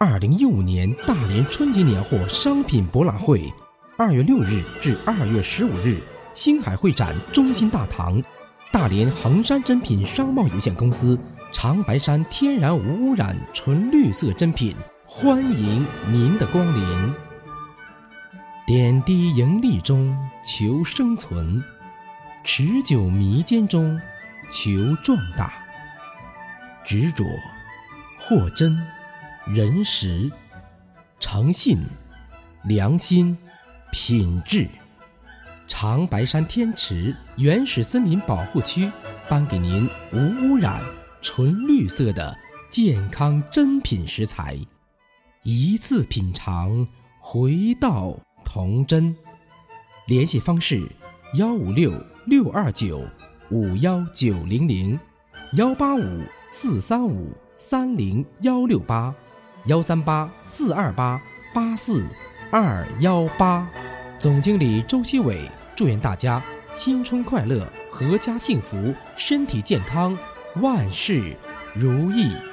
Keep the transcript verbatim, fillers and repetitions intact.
二零一五年大连春节年货商品博览会，二月六日至二月十五日，星海会展中心大堂，大连恒山珍品商贸有限公司长白山天然无污染纯绿色珍品，欢迎您的光临。点滴盈利中求生存，持久弥坚中求壮大。执着、货真、人实、诚信、良心、品质。长白山天池原始森林保护区颁给您无污染纯绿色的健康珍品食材，一次品尝回到童真。联系方式：幺五六六二九五幺九零零，幺八五四三五三零幺六八，幺三八四二八八四二幺八。总经理周希伟祝愿大家新春快乐，阖家幸福，身体健康，万事如意。